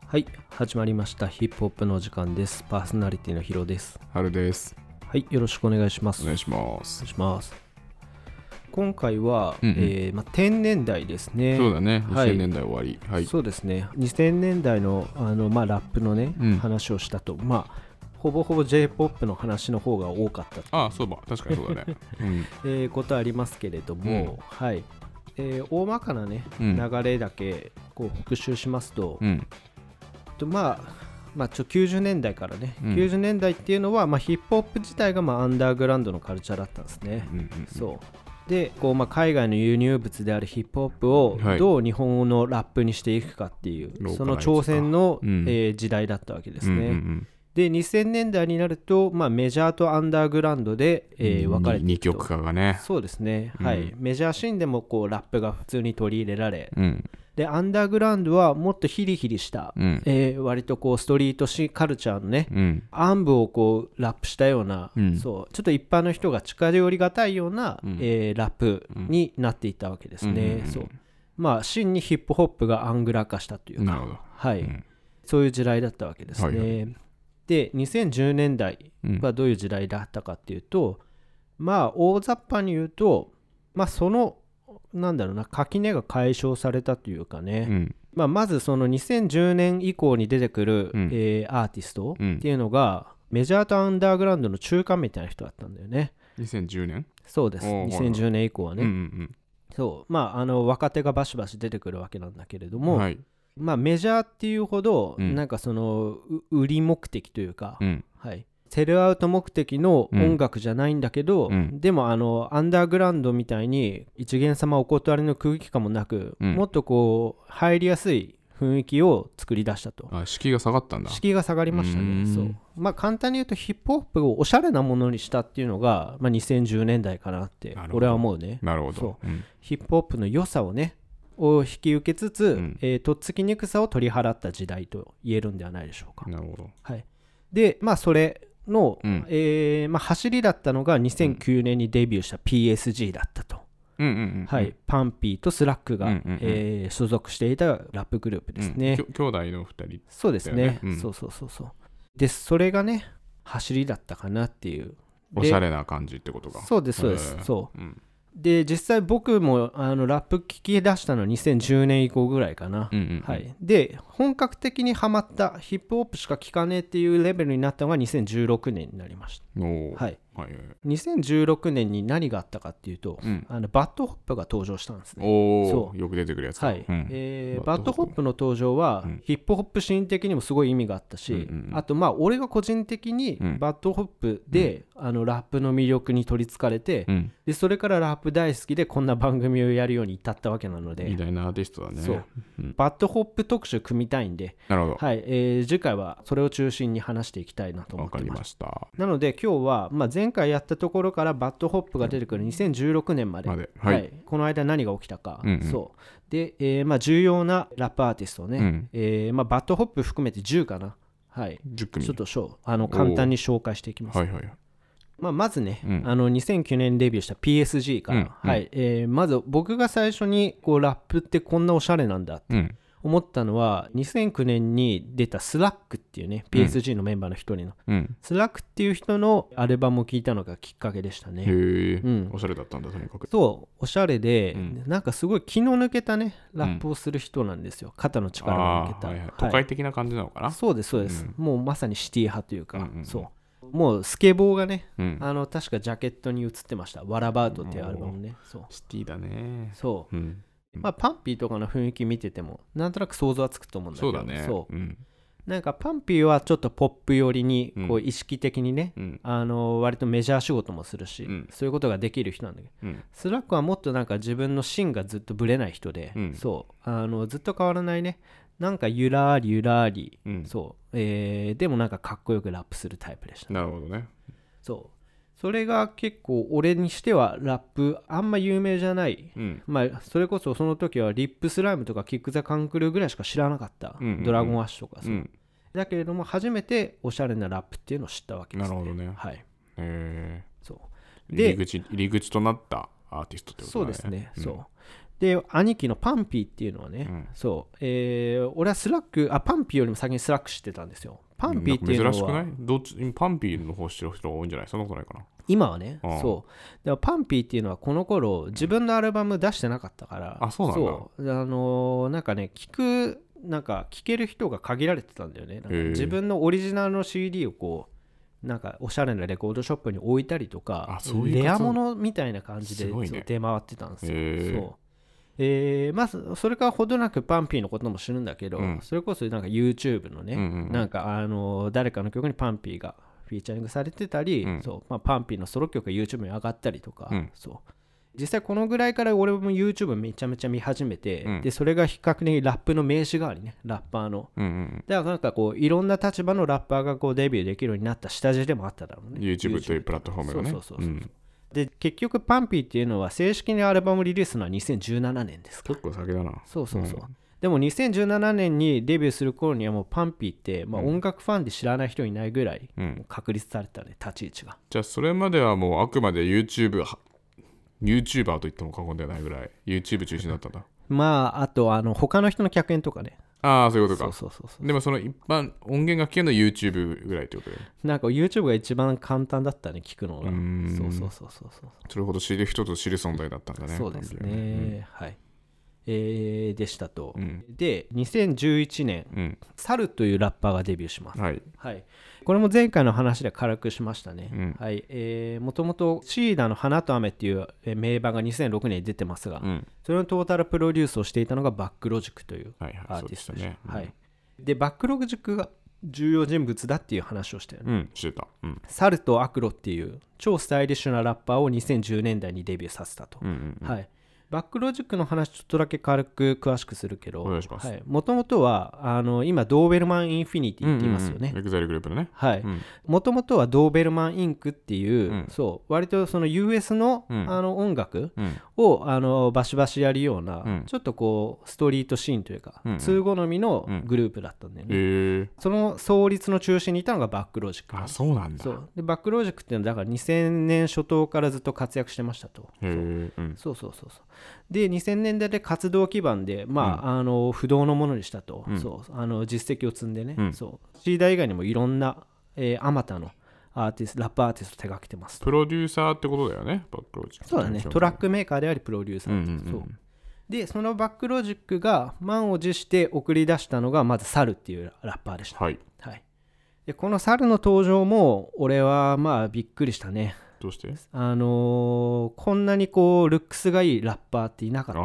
はい、始まりましたヒップホップの時間です。パーソナリティのヒロです。 春です。 はい、よろしくお願いします。 お願いします。 お願いします。今回は、 うんうん 1000年代ですね。 そうだね、 はい、 2000年代終わり、はい、 そうですね。2000年代の、ラップのね、話をしたと、ほぼほぼ J-POP の話の方が多かったああ、そうば、確かにそうだね、 ことありますけれども、はい、大まかなね、流れだけこう復習しますと、90年代からね、90年代っていうのは、ヒップホップ自体がアンダーグラウンドのカルチャーだったんですね。そうで海外の輸入物であるヒップホップをどう日本のラップにしていくかっていう、その挑戦の、時代だったわけですね。で2000年代になると、メジャーとアンダーグラウンドで、分かれていくと。 二極化がね。 そうですね、はい、メジャーシーンでもラップが普通に取り入れられ、でアンダーグラウンドはもっとヒリヒリした、割とストリートカルチャーのね、暗部をラップしたような、そうちょっと一般の人が近寄りがたいような、ラップになっていったわけですね。真にヒップホップがアングラ化したというか、はい、そういう時代だったわけですね。で2010年代はどういう時代だったかっていうと、大雑把に言うと、その垣根が解消されたというかね、まずその2010年以降に出てくる、アーティストっていうのが、メジャーとアンダーグラウンドの中間みたいな人だったんだよね。 2010年？ そうです。2010年以降はね、そう若手がバシバシ出てくるわけなんだけれども、メジャーっていうほど、その売り目的というか、セルアウト目的の音楽じゃないんだけど、でもアンダーグラウンドみたいに一元様お断りの空気感もなく、もっと入りやすい雰囲気を作り出したと。 敷居が下がったんだ。 敷居が下がりましたね。そう簡単に言うとヒップホップをおしゃれなものにしたっていうのが、2010年代かなって俺は思うね。 なるほど。 ヒップホップの良さをねを引き受けつつ、とっつきにくさを取り払った時代と言えるんではないでしょうか。 なるほど。 でそれの、走りだったのが2009年にデビューした PSG だったと。パンピーとスラックが、所属していたラップグループですね。 兄弟の2人、 そうですね、そうでそれがね走りだったかなっていう。 おしゃれな感じってことか。 そうですそう、で実際僕もラップ聞き出したのは2010年以降ぐらいかな。で本格的にハマったヒップホップしか聞かねえっていうレベルになったのが2016年になりました。2016年に何があったかっていうと、バッドホップが登場したんですね。 そうよく出てくるやつだ。 バッドホップの登場は、ヒップホップシーン的にもすごい意味があったし、あと俺が個人的にバッドホップで、ラップの魅力に取りつかれて、でそれからラップ大好きでこんな番組をやるように至ったわけなので。 偉大なアーティストだね。 そうバッドホップ特集組みたいんで、 なるほど。 次回はそれを中心に話していきたいなと思ってます。 わかりました。 なので今日は、前回やったところからバッドホップが出てくる2016年まで、この間何が起きたか、そうで、重要なラップアーティストをね、バッドホップ含めて10かな、10組ちょっと簡単に紹介していきます。まずね、2009年デビューした PSG から、まず僕が最初にラップってこんなおしゃれなんだって思ったのは、2009年に出たスラックっていうね、PSG のメンバーの一人の、スラックっていう人のアルバムを聴いたのがきっかけでしたね。 おしゃれだったんだ、とにかく。 そうおしゃれで、すごい気の抜けたねラップをする人なんですよ。肩の力を抜けた、 都会的な感じなのかな。 そうです、もうまさにシティ派というか、もうスケボーがね、確かジャケットに映ってました。ワラバートっていうアルバムね。 シティだね。 そう、パンピーとかの雰囲気見ててもなんとなく想像はつくと思うんだけど。 そうだね。 パンピーはちょっとポップ寄りに意識的にね、割とメジャー仕事もするし、そういうことができる人なんだけど、スラックはもっと自分の芯がずっとぶれない人で、ずっと変わらないね、ゆらりゆらり、でもかっこよくラップするタイプでした。 なるほどね。 それが結構俺にしてはラップあんま有名じゃない、それこそその時はリップスライムとかキックザカンクルーぐらいしか知らなかった、ドラゴンアッシュとかだけれども初めておしゃれなラップっていうのを知ったわけですね。 なるほどね。 そうで入り口となったアーティストってことだね。 そうですね、 で兄貴のパンピーっていうのはね、そう、俺はスラックパンピーよりも先にスラック知ってたんですよ。パンピーっていうのは珍しくない？どっちパンピーの方知ってる人が多いんじゃない？そんなことないかな。 今はね、そうでもパンピーっていうのはこの頃自分のアルバム出してなかったから、 そうなんだ。 そうなんかねなんか聴ける人が限られてたんだよね。なんか自分のオリジナルの CD をこうなんかおしゃれなレコードショップに置いたりとか、レアものみたいな感じで出回ってたんですよ。そうまずそれからほどなくパンピーのことも知るんだけど、それこそなんか YouTube のね、なんか誰かの曲にパンピーがフィーチャリングされてたり、そうパンピーのソロ曲が YouTube に上がったりとか、そう実際このぐらいから俺も YouTube めちゃめちゃ見始めて、でそれが比較的ラップの名詞代わりね、ラッパーの、だからなんかこういろんな立場のラッパーがこうデビューできるようになった下地でもあっただろうね。 YouTube というプラットフォームがね。 そうで結局パンピーっていうのは正式にアルバムリリースのは2017年ですか。 結構先だな。 そう、でも2017年にデビューする頃にはもうパンピーって、音楽ファンで知らない人いないぐらい確立されたね、立ち位置が。 じゃあそれまではもうあくまで YouTuber と言っても過言ではないぐらい YouTube 中心だったんだ。 あと他の人の客演とかね。 そういうことか。そうでもその一般音源が聞けるの YouTube ぐらいってことで。 なんか YouTube が一番簡単だったね、聞くのが。そうそれほど知る人と知る存在だったんだね。 そうですね、はい。でしたと、で2011年、サルというラッパーがデビューします。これも前回の話で軽くしましたね。もともとシーダの花と雨っていう名盤が2006年に出てますが、それのトータルプロデュースをしていたのがバックロジックというアーティストです。でバックロジックが重要人物だっていう話をしたよね。 してた。 サルとアクロっていう超スタイリッシュなラッパーを2010年代にデビューさせたと。バックロジックの話ちょっとだけ軽く詳しくするけど、もともとは今ドーベルマンインフィニティって言いますよね。 エグザイルグループのね。 もともとはドーベルマンインクっていう、割とその US の、音楽をバシバシやるような、ちょっとこうストリートシーンというか、通好みのグループだったんだよね。その創立の中心にいたのがバックロジック。 そうなんだ。 でバックロジックっていうのはだから2000年初頭からずっと活躍してましたと。で2000年代で活動基盤で、不動のものにしたと、実績を積んでね、シーダ以外にもいろんなあまたのラップアーティストを手掛けてます。 プロデューサーってことだよね、バックロジック。 そうだね、トラックメーカーでありプロデューサー。でそのバックロジックが満を持して送り出したのがまずサルっていうラッパーでした。でこのサルの登場も俺はびっくりしたね。 どうして？ こんなにこうルックスがいいラッパーっていなかった。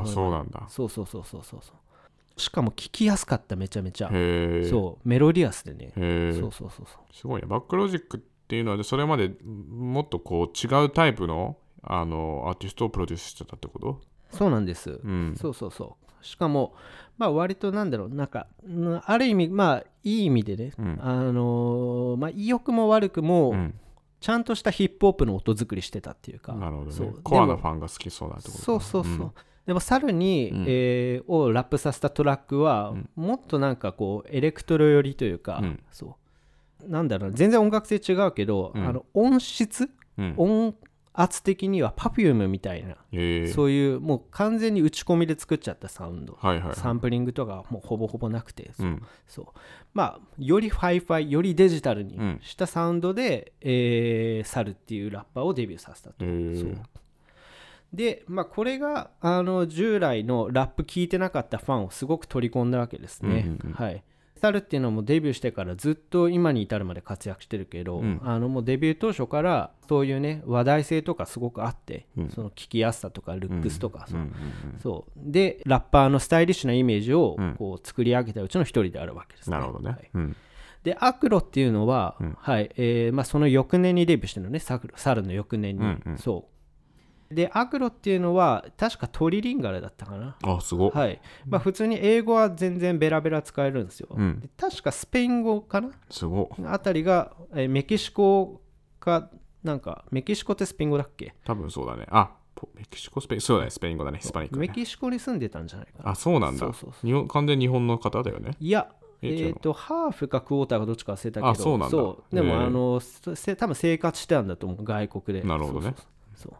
そうなんだ。 そうしかも聴きやすかった、めちゃめちゃ。そうメロディアスでね。 すごいね。バックロジックっていうのはそれまでもっとこう違うタイプのアーティストをプロデュースしてたってこと？ そうなんです。しかも割となんだろう、なんかある意味いい意味でね、意欲も悪くも、ちゃんとしたヒップホップの音作りしてたっていうか。 なるほどね。コアなファンが好きそうなってことか。 でもサルに、をラップさせたトラックは、もっとなんかこうエレクトロ寄りというか、なんだろう、全然音楽性違うけど、音質、音圧的には Perfume みたいな、そういうもう完全に打ち込みで作っちゃったサウンド、サンプリングとかもうほぼほぼなくて、よりファイファイ、よりデジタルにしたサウンドで、サルっていうラッパーをデビューさせたと。でこれが従来のラップ聴いてなかったファンをすごく取り込んだわけですね。サルっていうのもデビューしてからずっと今に至るまで活躍してるけど、もうデビュー当初からそういうね話題性とかすごくあって、その聞きやすさとかルックスとか、でラッパーのスタイリッシュなイメージをこう作り上げたうちの一人であるわけですね。 なるほどね。 でアクロっていうのは、その翌年にデビューしてるのね、サルの翌年に。でアクロっていうのは確かトリリンガルだったかな。 すごい。 普通に英語は全然ベラベラ使えるんですよ。で確かスペイン語かな、 すごいあたりが、メキシコかなんか、メキシコってスペイン語だっけ？ 多分そうだね。メキシコスペイン、そうだね、スペイン語だね、ヒスパニックね。 メキシコに住んでたんじゃないかな。 そうなんだ。完全に日本の方だよね。 いやハーフかクォーターかどっちか忘れたけど。 そうなんだ。 でも多分生活してたんだと思う、外国で。 なるほどね。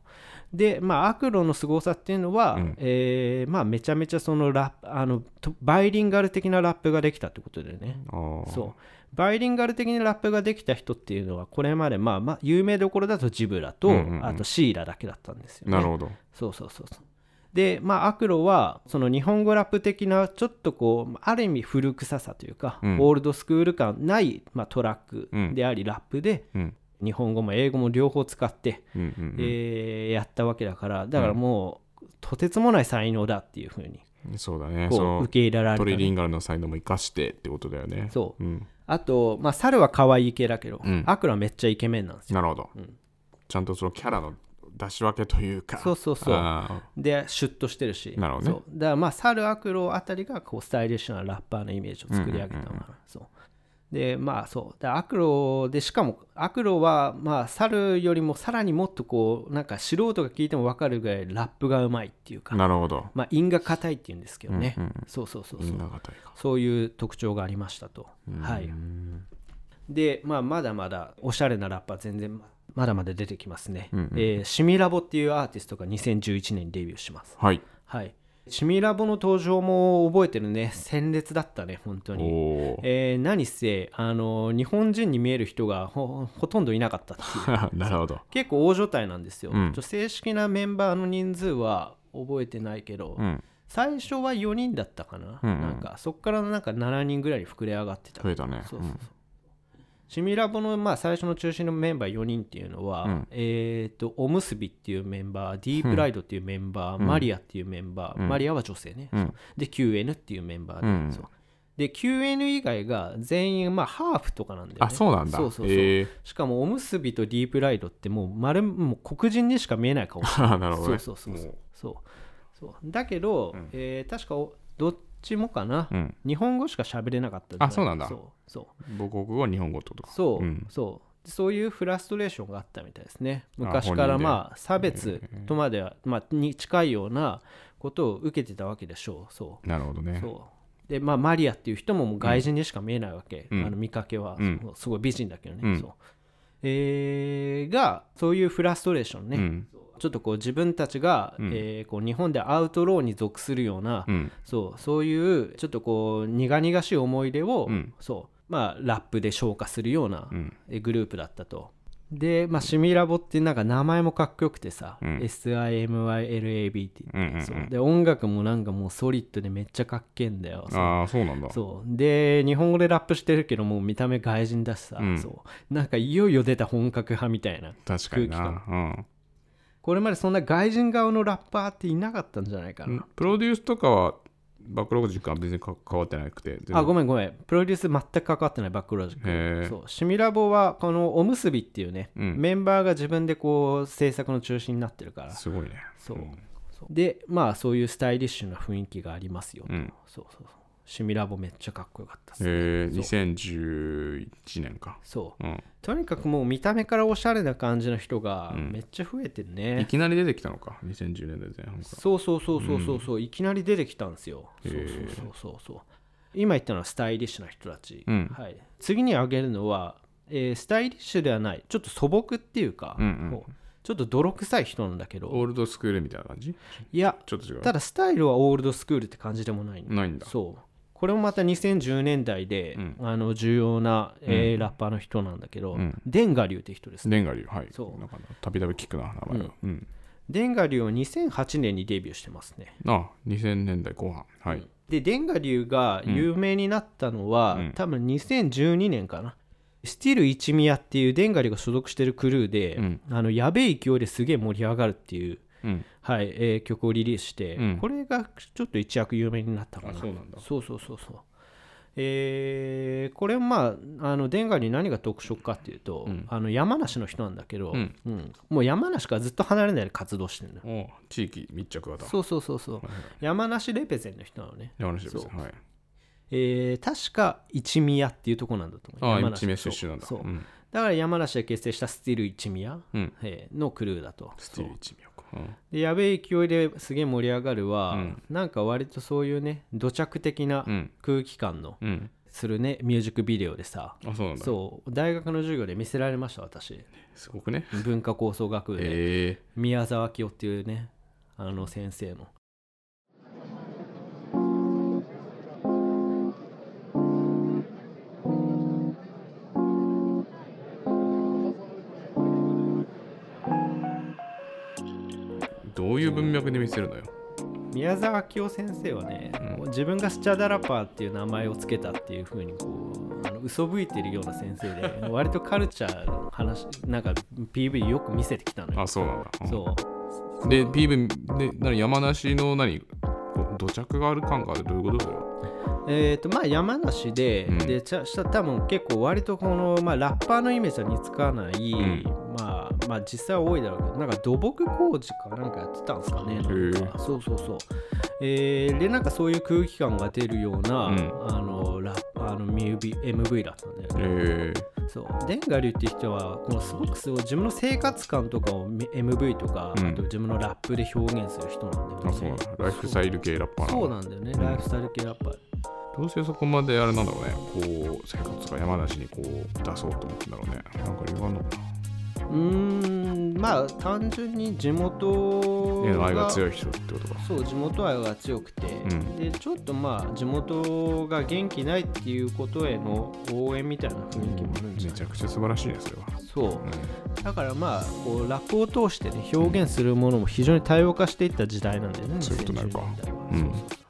で、アクロの凄さっていうのは、めちゃめちゃそのバイリンガル的なラップができたってことでね。そうバイリンガル的なラップができた人っていうのはこれまで有名どころだとジブラと、あとシーラだけだったんですよね。 なるほど。 そうで、アクロはその日本語ラップ的なちょっとこうある意味古臭さというか、オールドスクール感ない、トラックでありラップで、日本語も英語も両方使って、やったわけだから、だからもう、とてつもない才能だっていうふうにそうだね、 こう受け入れられた、ね、 トリリンガルの才能も生かしてってことだよね。 そう、あと、猿は可愛い系だけど、アクロはめっちゃイケメンなんですよ。 なるほど、ちゃんとそのキャラの出し分けというか、 そうでシュッとしてるし、 なるほどね、 そうだから猿アクロあたりがこうスタイリッシュなラッパーのイメージを作り上げたのかな。そうでそうでアクロで、しかもアクロは猿よりもさらにもっとこうなんか素人が聞いても分かるぐらいラップがうまいっていうか、 なるほど、 韻が硬いっていうんですけどね、そう韻が硬いか、 そういう特徴がありましたと。はい。でまだまだおしゃれなラッパー全然まだまだ出てきますね。シミラボっていうアーティストが2011年にデビューします。 はい、 シミラボの登場も覚えてるね。鮮烈だったね本当に。何せ日本人に見える人が ほとんどいなかったっていうなるほど。 結構大所帯なんですよ、正式なメンバーの人数は覚えてないけど、最初は4人だったかな、なんかそっからなんか7人ぐらいに膨れ上がってた。 増えたね。 シミラボの最初の中心のメンバー4人っていうのは、おむすびっていうメンバー、ディープライドっていうメンバー、マリアっていうメンバー、マリアは女性ね、で QN っていうメンバーで、そうで QN 以外が全員ハーフとかなんだよね。 あ、そうなんだ。 しかもおむすびとディープライドってもう黒人にしか見えない顔してる。 なるほどね。 そうだけど、確かどっちもかな、日本語しか喋れなかった。 あ、そうなんだ。 そう母国語は日本語ってことか。 そういうフラストレーションがあったみたいですね。昔から差別とまでは、に近いようなことを受けてたわけでしょう。そうなるほどね。 でマリアっていう人ももう外人にしか見えないわけ、見かけは、すごい美人だけどね、がそういうフラストレーションね、ちょっとこう自分たちが、こう日本でアウトローに属するような、そういうちょっとこう苦々しい思い出を、ラップで消化するような、グループだったと。で、シミラボってなんか名前もかっこよくてさ、SIMYLAB って言って、で音楽もなんかもうソリッドでめっちゃかっけえんだよ。 そうなんだ。 で日本語でラップしてるけどもう見た目外人だしさ、なんかいよいよ出た本格派みたいな空気感。これまでそんな外人顔のラッパーっていなかったんじゃないかな。 プロデュースとかはバックロジックは別に関わってなくて。 ごめんプロデュース全く関わってないバックロジック。シミラボはこのおむすびっていうね、メンバーが自分でこう制作の中心になってるから。 すごいね。 でそういうスタイリッシュな雰囲気がありますよと。シミラボめっちゃかっこよかったです。2011年か。 とにかくもう見た目からおしゃれな感じの人がめっちゃ増えてるね。 いきなり出てきたのか、2010年代前半から。 そういきなり出てきたんですよ。今言ったのはスタイリッシュな人たち。次に挙げるのは、スタイリッシュではないちょっと素朴っていうか、ちょっと泥臭い人なんだけど。 オールドスクールみたいな感じ？ いや、 ちょっと違う。 ただスタイルはオールドスクールって感じでもないんだ。 これもまた2010年代で、重要な、ラッパーの人なんだけど、デンガリューって人ですね。 デンガリュー、はい。なんかたびたび聞くな、名前を。 デンガリューは2008年にデビューしてますね。 2000年代後半。 で、デンガリューが有名になったのは、多分2012年かな。スティル一宮っていうデンガリューが所属してるクルーで、やべえ勢いですげえ盛り上がるっていう、曲をリリースして、これがちょっと一躍有名になったかな。 そうなんだ。 そうこれデンガリュー何が特色かっていうと、山梨の人なんだけど、もう山梨からずっと離れないで活動してるの。 地域密着型。 そう、山梨レペゼンの人なのね。 山梨レペゼン、はい。 確か一宮っていうところなんだと思う。 一宮出身なんだ。 だから山梨で結成したスティル一宮のクルーだと。 スティル一宮か。 でやべえ勢いですげえ盛り上がるは、なんか割とそういうね土着的な空気感の、 するねミュージックビデオでさ、 そうなんだ。 そう大学の授業で見せられました私。 すごくね。 文化構想学部で、宮沢清っていうね先生の。 どういう文脈で見せるのよ。 宮沢清先生はね、自分がスチャダラパーっていう名前をつけたっていう風にこう嘘吹いてるような先生で割とカルチャーの話なんか PV よく見せてきたのよ。 そうなんだ。 そうで PV で山梨の土着がある感があるどういうことそれは。 まあ山梨で、で多分結構割とこの、まあ、ラッパーのイメージは似つかない、まあ実際は多いだろうけどなんか土木工事かなんかやってたんですかね。なんかそう、でなんかそういう空気感が出るような、MV だったんだよね。そうデンガリュっていう人はこのすごく自分の生活感とかを MV とか、あと自分のラップで表現する人なんだよね。 そうなんだ。ライフスタイル系ラッパーそうなんだよね、ライフスタイル系ラッパー。 どうせそこまであれなんだろうね、こう生活が山梨にこう出そうと思ってんだろうね。なんか理由があるのかな。 まあ単純に地元愛が強い人ってことか。 そう地元愛が強くて、でちょっとまあ地元が元気ないっていうことへの応援みたいな雰囲気もあるんじゃない。 めちゃくちゃ素晴らしいねそれは。 そう、だからまあこうラップを通してね表現するものも非常に多様化していった時代なんだよね。 そういうことになるか。 2010年代は。そう